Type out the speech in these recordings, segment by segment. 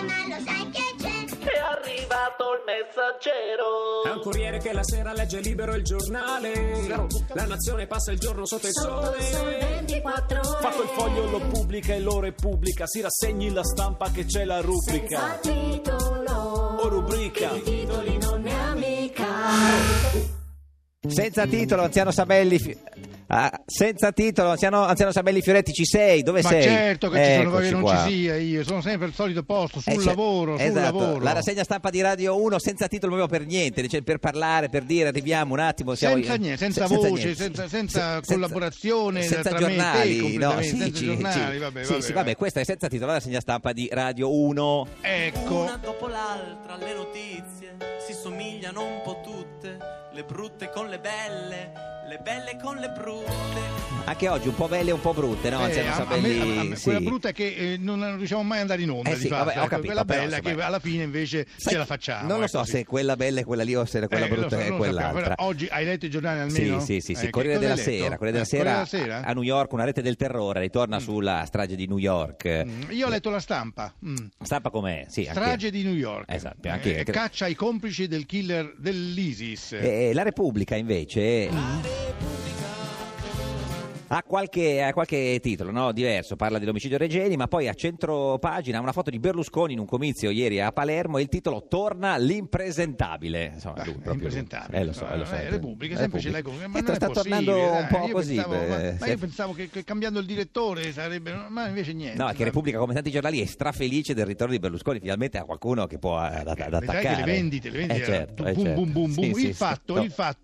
ma lo sai che c'è? È arrivato il messaggero. È un corriere che la sera legge libero il giornale. La nazione passa il giorno sotto il sole. 24 ore. Fatto il foglio lo pubblica e lo repubblica. Si rassegni la stampa che c'è la rubrica. Senza titolo O rubrica. che di titoli non ne ha mica. Senza titolo, anziano Sabelli. Senza titolo, anziano Sabelli Fioretti, ci sei? Dove Ma sei? certo che ci sono, Eccoci che non qua. ci sia io, sono sempre al solito posto, sul Cioè, lavoro, sul esatto. lavoro. La rassegna stampa di Radio 1 senza titolo proprio per niente, cioè per parlare, per dire arriviamo un attimo. Senza niente, senza voce, niente. senza collaborazione senza tra me e te, giornali, completamente, sì, senza giornali, vabbè. questa è senza titolo, la rassegna stampa di Radio 1. Ecco, Una dopo l'altra le notizie si somigliano un po' tutte, le brutte con le belle con le brutte. Anche oggi un po' belle e un po' brutte, no? Anziano a Sabelli, me sì. quella brutta è che non riusciamo mai ad andare in onda, Sì, di fatto. vabbè, ho capito, quella però, bella insomma, che alla fine invece sai, ce la facciamo. Non lo so così. se quella bella è quella lì o se quella brutta è non lo quell'altra. sappiamo. Oggi hai letto i giornali almeno? Sì. Che Corriere cosa della hai letto? Sera. Corriere della Sera a New York, una rete del terrore, ritorna sulla strage di New York. Io ho letto la stampa. Stampa com'è? Sì, anche- Strage di New York. Esatto, anche- Caccia ai complici del killer dell'ISIS. La Repubblica invece ha qualche titolo, no? Diverso, parla dell'omicidio Regeni, ma poi a centro pagina una foto di Berlusconi in un comizio ieri a Palermo e il titolo "Torna l'impresentabile". Insomma, lui, proprio Impresentabile. lo so. Repubblica, sempre ce l'hai come. Ma non sta è possibile, tornando un dai. po' Io così. pensavo, io pensavo che cambiando il direttore sarebbe, ma invece niente. No, che Repubblica, come tanti giornali, è strafelice del ritorno di Berlusconi. Finalmente ha qualcuno che può ad attaccare. Vedrai che le vendite certo, boom, boom. Sì, sì, il fatto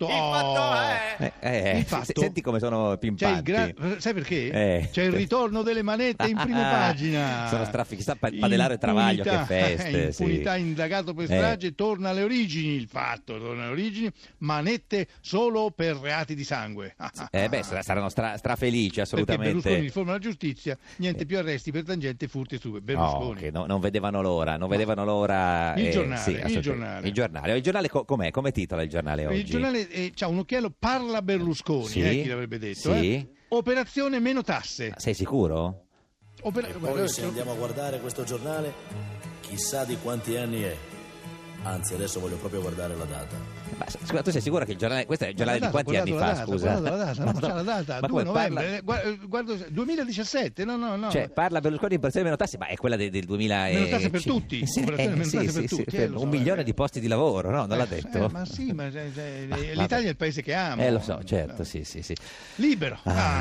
senti come sono pimpanti. Sai perché? C'è il ritorno delle manette in prima pagina. Sono chissà Padellaro e Travaglio che feste. Impunità, indagato per strage, torna alle origini. Il fatto torna alle origini, manette solo per reati di sangue. Saranno strafelici, assolutamente. Perché Berlusconi riforma la giustizia, niente più arresti per tangente, furti e stupri. Berlusconi. Non vedevano l'ora. Il giornale. Il giornale com'è? Come titola il giornale oggi? Il giornale c'ha un occhiello, parla Berlusconi, chi l'avrebbe detto. Sì. Operazione meno tasse. Sei sicuro? Poi se andiamo a guardare questo giornale, chissà di quanti anni è. Anzi, adesso voglio proprio guardare la data. Ma scusa, tu sei sicuro che il giornale, questo è il giornale di quanti anni fa? Scusa, c'è la data, ma 2 come novembre, guardo 2017, no. Cioè, parla Berlusconi di operazione meno tasse, ma è quella del 2000 meno tasse per tutti, operazione meno tasse per tutti. Per 1 milione di posti di lavoro, no? Non l'ha detto? Ma sì, ma l'Italia è il paese che amo. Lo so, certo, sì. Libero.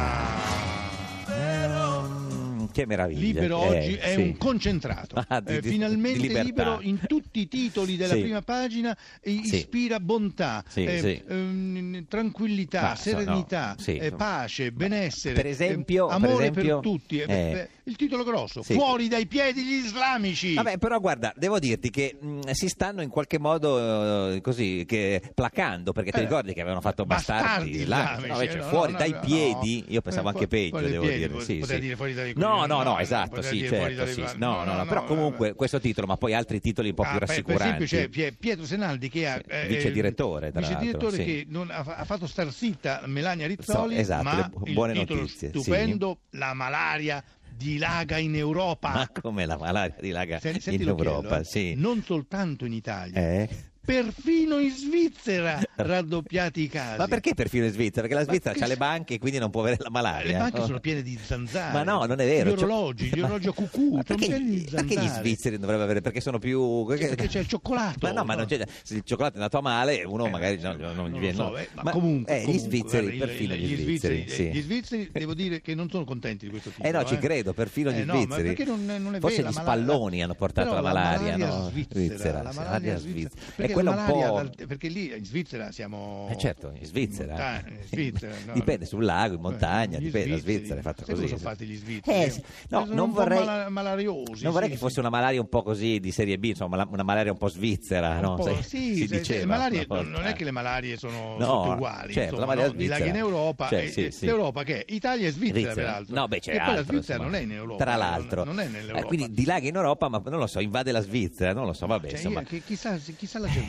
Che meraviglia. Libero oggi è un concentrato. Finalmente di libero in tutti i titoli della prima pagina, ispira bontà, tranquillità, serenità, pace, benessere, per esempio, amore per tutti. Il titolo grosso, fuori dai piedi gli islamici. Vabbè, però guarda, devo dirti che si stanno in qualche modo così placando, perché ti ricordi che avevano fatto bastardi fuori dai piedi. Io pensavo anche peggio, devo dire. Dire fuori dai No, esatto, sì, certo, sì. No, però comunque questo titolo, ma poi altri titoli un po' più rassicuranti. Per esempio c'è Pietro Senaldi che è vice direttore che ha fatto star zitta Melania Rizzoli, esatto, ma buone il titolo notizie, stupendo, la malaria dilaga in Europa. Ma come la malaria dilaga in Europa? Sì. Non soltanto in Italia. Perfino in Svizzera raddoppiati i casi. Ma perché perfino in Svizzera? Perché la Svizzera ha le banche e quindi non può avere la malaria. Le banche sono piene di zanzare. Ma no, non è vero. Gli orologi a cucù sono pieni di zanzare. Perché gli svizzeri non dovrebbero avere? Perché sono più... Perché c'è il cioccolato. Ma no, ma non c'è... Se il cioccolato è andato a male, uno magari non gli viene. Ma comunque gli svizzeri, perfino gli svizzeri. Gli svizzeri devo dire che non sono contenti di questo titolo. No, ci credo, perfino gli svizzeri. Ma perché non è vero? Forse gli spalloni hanno portato la malaria, no? Svizzera. La malaria svizzera. È quella un po'... Perché lì in Svizzera siamo... certo, in Svizzera. No. Dipende, sul lago, in montagna, dipende, la Svizzera è fatta così. Cosa sono fatti gli svizzeri? No, non vorrei... malariosi. Non vorrei che fosse una malaria un po' così di serie B, insomma, una malaria un po' svizzera, no? Si diceva. Malarie, non è che le malarie sono tutte uguali, certo, insomma, la malaria no? Dilaghi in Europa, l'Europa che è? Italia e Svizzera, peraltro. No, beh, c'è e poi la insomma, Svizzera non è in Europa. Tra l'altro. Non è nell'Europa. Quindi dilaghi in Europa, ma non lo so, invade la Svizzera, non lo so, vabbè, insomma. Chissà la Germania.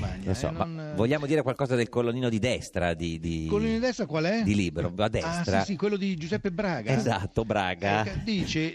Magna. Lo so, ma vogliamo dire qualcosa del colonnino di destra di Colonnino di destra qual è? Di Libero, a destra. Sì, quello di Giuseppe Braga. Esatto, Braga. Dice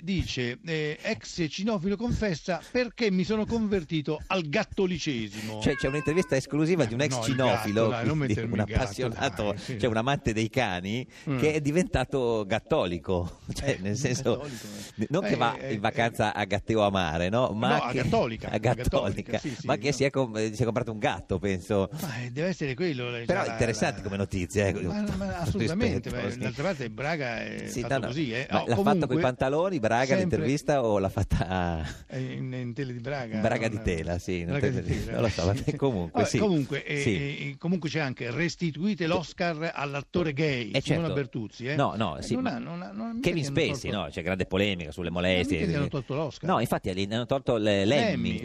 ex cinofilo confessa perché mi sono convertito al gattolicesimo. Cioè c'è un'intervista esclusiva di un ex cinofilo, non quindi mettermi un il gatto, appassionato, dai, sì. cioè un amante dei cani che è diventato gattolico, cioè nel senso non che va in vacanza a Gatteo a mare, no? Ma a che, Gattolica. a Gattolica, sì, ma che no. si è comprato un gatto, penso. Deve essere quello. Però è interessante come notizia. Ma assolutamente, rispetto, sì. d'altra parte Braga è fatto così. Ma l'ha fatto con i pantaloni Braga l'intervista o l'ha fatta in tele di Braga? Braga di tela, sì. Braga di tela. Non lo so, comunque sì. Comunque c'è anche restituite l'Oscar all'attore gay, Simona Bertuzzi. No, sì. Kevin Spacey, no? C'è grande polemica sulle molestie. Non gli hanno tolto l'Oscar. No, infatti gli hanno tolto Lemmy.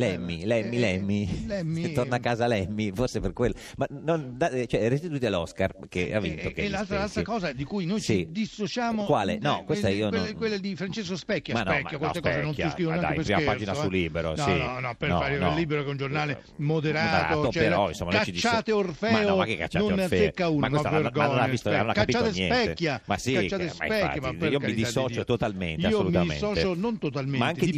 Torna a casa Lemmy, forse per quello. Ma cioè restituite l'Oscar che ha vinto. E l'altra cosa di cui noi ci dissociamo. Quale? No, questa io quella di Francesco Specchia. Ma Specchia, queste cose non ti scrivono neanche per prima scherzo. pagina su Libero, No, sì. no, per fare il Libero che è un giornale moderato, cioè, però insomma cacciate Orfeo, ma che cacciate non ne Orfeo? azzecca uno, ma vergogna. Cacciate Specchia, ma sì, cacciate Specchia, ma per io mi dissocio totalmente, io assolutamente. mi dissocio non totalmente, ma anche di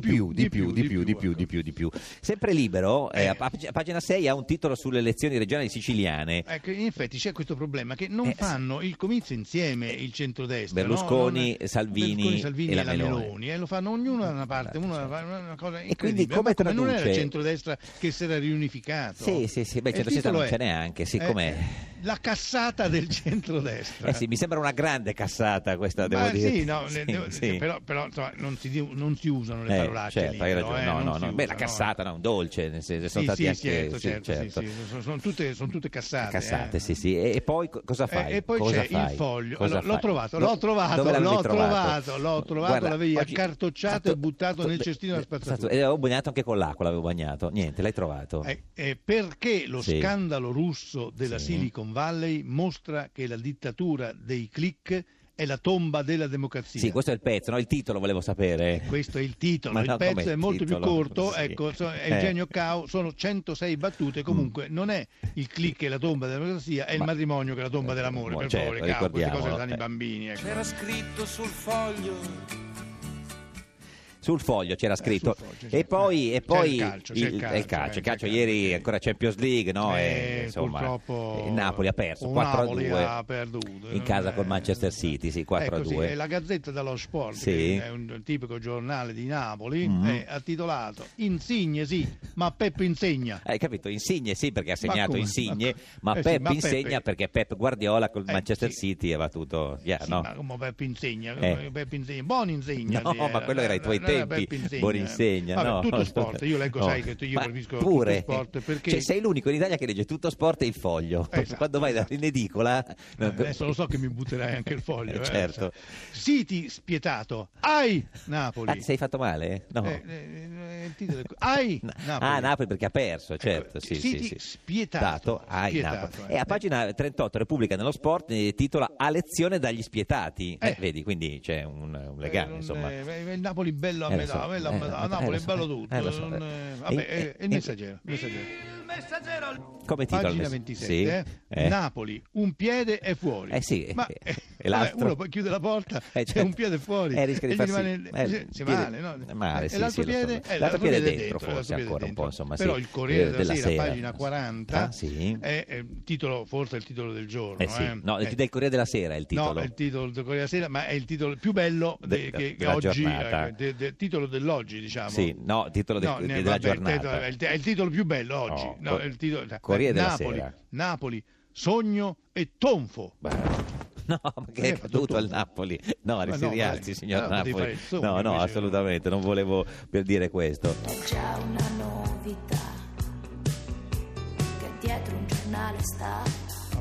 più. Sempre Libero, a pagina 6 ha un titolo sulle elezioni regionali siciliane. Ecco, in effetti c'è questo problema che non fanno il comizio insieme il centrodestra, Berlusconi, Salvini e la Meloni, lo fanno ognuno da una parte, una cosa incredibile. E quindi come traduce? Non era il centrodestra che si era riunificato. Sì, beh, il centrodestra non c'è neanche, sì, com'è? La cassata del centrodestra. Sì, mi sembra una grande cassata questa, devo dire. Sì, però insomma, non si usano le parolacce. Certo, hai ragione. No. Beh, la cassata, no, un dolce, nel senso, sono stati anche certo. Sono tutte cassate. Cassate, sì. E poi cosa fai? E poi c'è il foglio. L'ho trovato, Guarda, l'avevi accartocciato e buttato nel cestino della spazzatura. E l'avevo bagnato anche con l'acqua, l'avevo bagnato. Niente, l'hai trovato. Perché lo scandalo russo della Silicon Valley mostra che la dittatura dei click è la tomba della democrazia. Sì, questo è il pezzo, no? Il titolo volevo sapere. Questo è il titolo, il pezzo è molto più corto, ecco, è Eugenio Cao, sono 106 battute, comunque non è il click e la tomba della democrazia, è il matrimonio che è la tomba dell'amore, per favore, Cao, queste cose le sanno i bambini. Ecco. C'era scritto sul foglio. Sul foglio c'era scritto e poi il calcio ieri ancora Champions League, no? Insomma, purtroppo il Napoli ha perso 4-2 in casa col Manchester City, 4-2. E la Gazzetta dello Sport, che è un tipico giornale di Napoli, ha titolato Insigne sì, ma Pep insegna. Hai capito? Insigne sì, perché ha segnato Insigne, ma Pep insegna perché Pep Guardiola col Manchester City aveva tutto no? Ma come Pep insegna, buon insegna. No, ma quello era i tuoi tempi. Buon insegna. Vabbè, no, tutto sport, io leggo, sai che io capisco pure. Tutto sport perché cioè, sei l'unico in Italia che legge Tutto Sport e il foglio. Esatto. Quando vai in edicola adesso lo so che mi butterai anche il foglio. Certo. City spietato, ai Napoli. Ti sei fatto male? No. Il titolo ai Napoli. Napoli perché ha perso, certo. City spietato, ai Napoli. E a pagina 38 Repubblica nello Sport titola A lezione dagli spietati. Vedi, quindi c'è un legame, insomma. Il Napoli bello a metà, a Napoli è bello tutto. Vabbè, il messaggero. Come titolo? Pagina 27, Napoli, un piede è fuori. Ma uno poi chiude la porta, c'è un piede fuori. Rischia di farsi male, no? Male, e l'altro piede è dentro, forse ancora un po', insomma. Però il Corriere della Sera, pagina 40, è titolo, forse il titolo del giorno. No, del Corriere della Sera è il titolo. No, è il titolo del Corriere della Sera, ma è il titolo più bello che oggi, titolo dell'oggi, diciamo. Sì, no, titolo della giornata. È il titolo più bello oggi. No, è il titolo Corriere della Sera. Napoli, sogno e tonfo. No, ma che è caduto al Napoli? No, si rialzi, signor Napoli. No, assolutamente, non volevo per dire questo. È già una novità che dietro un giornale sta.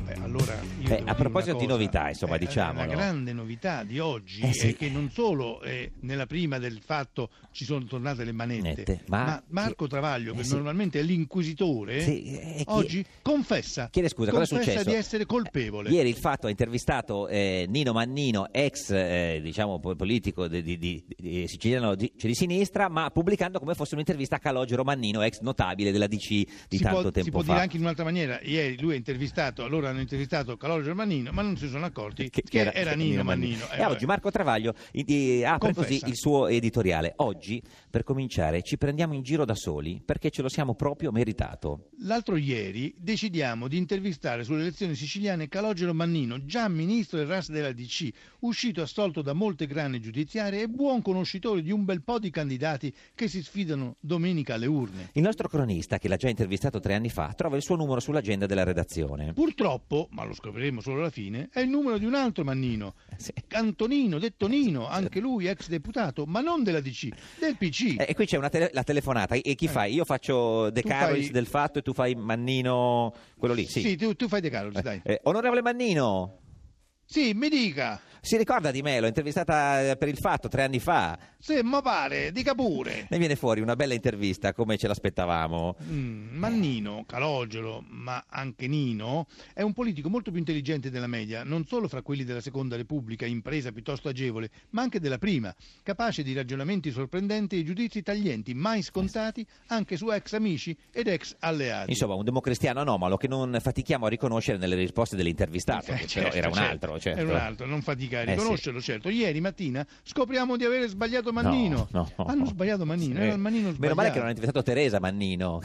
Vabbè, allora a proposito di novità, insomma, diciamo. La grande novità di oggi è che non solo nella prima del fatto ci sono tornate le manette, ma Marco Travaglio, che normalmente è l'inquisitore, oggi confessa. Chiede scusa, cosa è successo? Di essere colpevole. Ieri il Fatto ha intervistato Nino Mannino, ex diciamo politico di siciliano di sinistra, ma pubblicando come fosse un'intervista a Calogero Mannino, ex notabile della DC di tanto tempo fa. Si può dire anche in un'altra maniera. Ieri lui ha intervistato, allora hanno intervistato Calogero Mannino, ma non si sono accorti che era Nino Mannino. E oggi Marco Travaglio apre così il suo editoriale. Oggi, per cominciare, ci prendiamo in giro da soli perché ce lo siamo proprio meritato. L'altro ieri decidiamo di intervistare sulle elezioni siciliane Calogero Mannino, già ministro del RAS della DC, uscito assolto da molte grane giudiziarie e buon conoscitore di un bel po' di candidati che si sfidano domenica alle urne. Il nostro cronista, che l'ha già intervistato 3 anni fa, trova il suo numero sull'agenda della redazione. Purtroppo, ma lo scopriremo solo alla fine, è il numero di un altro Mannino, Antonino, detto Nino, anche lui ex deputato, ma non della DC, del PC. E qui c'è la telefonata, e chi fai? Io faccio De Carolis del Fatto e tu fai Mannino, quello lì. Sì, tu fai De Carolis, dai. Onorevole Mannino. Sì, mi dica. Si ricorda di me? L'ho intervistata per il Fatto 3 anni fa. Sì, ma pare, dica pure. Ne viene fuori una bella intervista, come ce l'aspettavamo. Mannino, Calogero, ma anche Nino, è un politico molto più intelligente della media, non solo fra quelli della Seconda Repubblica, impresa piuttosto agevole, ma anche della Prima, capace di ragionamenti sorprendenti e giudizi taglienti, mai scontati, anche su ex amici ed ex alleati. Insomma, un democristiano anomalo che non fatichiamo a riconoscere nelle risposte dell'intervistato, che però era un altro. Certo. Era un altro, non fatica a riconoscerlo, certo. Ieri mattina scopriamo di avere sbagliato Mannino. No. Hanno sbagliato Mannino, era il Mannino sbagliato. Meno male che non hanno intervistato Teresa Mannino.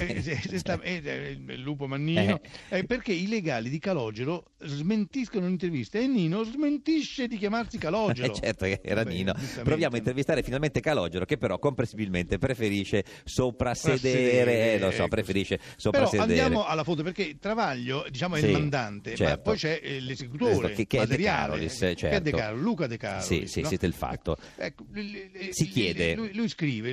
Il lupo Mannino. Perché i legali di Calogero smentiscono l'intervista e Nino smentisce di chiamarsi Calogero. Certo che era Nino. Proviamo a intervistare finalmente Calogero, che però comprensibilmente preferisce soprassedere. Lo so, preferisce soprassedere. Però andiamo alla foto, perché Travaglio, diciamo, è il mandante, ma poi c'è l'esecutore che è De Carolis, certo. Luca De Carolis. Sì, siete il Fatto. Ecco, si chiede. Lui scrive.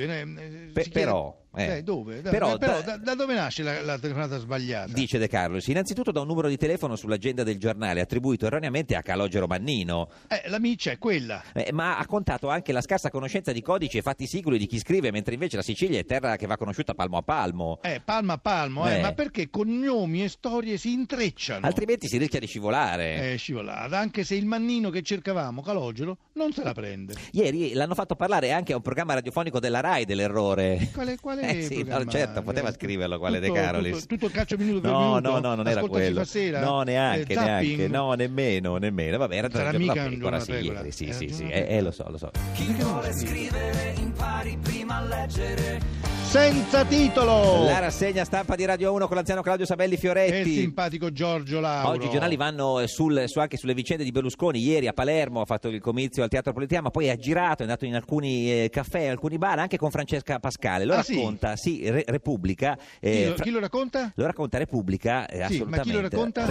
Però. Dove? Da dove nasce la telefonata sbagliata? Dice De Carolis, innanzitutto da un numero di telefono sull'agenda del giornale attribuito erroneamente a Calogero Mannino. La miccia è quella. Ma ha contato anche la scarsa conoscenza di codici e fatti singoli di chi scrive, mentre invece la Sicilia è terra che va conosciuta palmo a palmo. Palmo a palmo, ma perché cognomi e storie si intrecciano? Altrimenti si rischia di scivolare. Scivolata, anche se il Mannino che cercavamo, Calogero, non se la prende. Ieri l'hanno fatto parlare anche a un programma radiofonico della RAI dell'errore. Quale certo, poteva scriverlo quale De Carolis. Tutto il calcio minuto per minuto. No, non era quello. No, neanche. No, nemmeno. Vabbè, era sarà mica un pecora, ieri. Sì, lo so. Chi vuole scrivere impari prima a leggere. Senza titolo! La rassegna stampa di Radio 1 con l'anziano Claudio Sabelli Fioretti. E il simpatico Giorgio Lauro. Oggi i giornali vanno anche sulle vicende di Berlusconi. Ieri a Palermo ha fatto il comizio al Teatro Politeama, poi ha girato, è andato in alcuni caffè, alcuni bar, anche con Francesca Pascale. Lo racconta, Repubblica. Chi lo racconta? Lo racconta Repubblica, assolutamente. Ma chi lo racconta?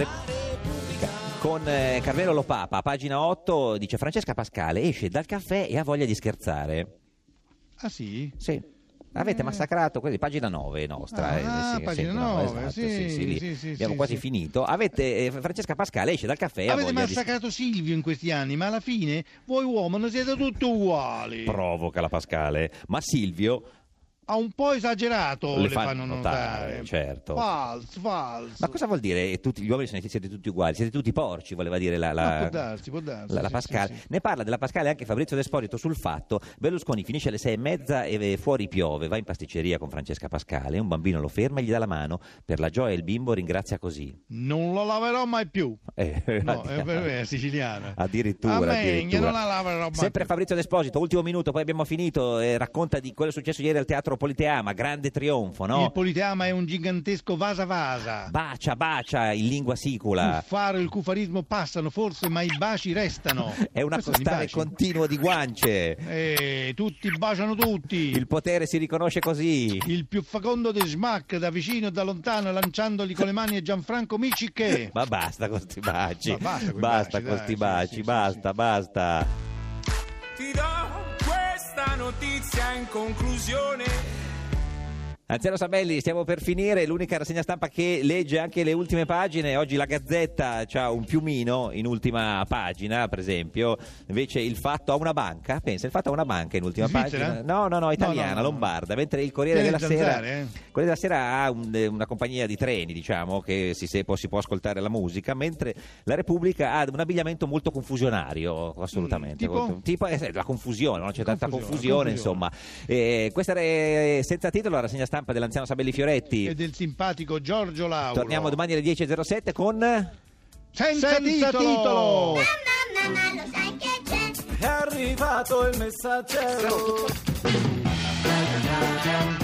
Con Carmelo Lopapa, pagina 8, dice: Francesca Pascale esce dal caffè e ha voglia di scherzare. Ah sì? Sì. Avete massacrato, pagina 9 nostra. Pagina 9, sì, abbiamo quasi finito. Francesca Pascale esce dal caffè. Avete massacrato Silvio in questi anni, ma alla fine voi uomini siete tutti uguali. Provoca la Pascale, ma Silvio ha un po' esagerato, le fanno notare. Certo. Falso. Ma cosa vuol dire gli uomini siete tutti uguali? Siete tutti porci, voleva dire può darsi, la Pascale. Sì. Ne parla della Pascale anche Fabrizio D'Esposito sul Fatto. Berlusconi finisce alle 6:30 e fuori piove, va in pasticceria con Francesca Pascale, un bambino lo ferma e gli dà la mano. Per la gioia il bimbo ringrazia così: non lo laverò mai più. No, è siciliana. Addirittura. Non la laverò mai sempre più. Fabrizio D'Esposito, ultimo minuto, poi abbiamo finito, racconta di quello successo ieri al Teatro Politeama, grande trionfo, no? Il Politeama è un gigantesco vasa. Bacia in lingua sicula. Il faro e il cufarismo passano forse, ma i baci restano. È un accostare continuo di guance. Tutti baciano tutti. Il potere si riconosce così. Il più fecondo dei smack, da vicino e da lontano, lanciandoli con le mani a Gianfranco Micicche. Ma basta con sti baci. Basta con sti baci, basta. Ti do questa notizia in conclusione. Anziano Sabelli, stiamo per finire, l'unica rassegna stampa che legge anche le ultime pagine. Oggi la Gazzetta c'ha un piumino in ultima pagina, per esempio, invece il Fatto a una banca, pensa, il Fatto a una banca in ultima pagina. No, italiana, no. Lombarda, mentre il Corriere della Sera Corriere della Sera ha una compagnia di treni, diciamo, che si può ascoltare la musica, mentre la Repubblica ha un abbigliamento molto confusionario, assolutamente. Tipo la confusione, no? C'è tanta confusione, insomma. Questa è senza titolo, la rassegna stampa dell'anziano Sabelli Fioretti e del simpatico Giorgio Lauro. Torniamo domani alle 10.07 con Senza titolo. Mamma, lo sai che c'è? È arrivato il messaggero.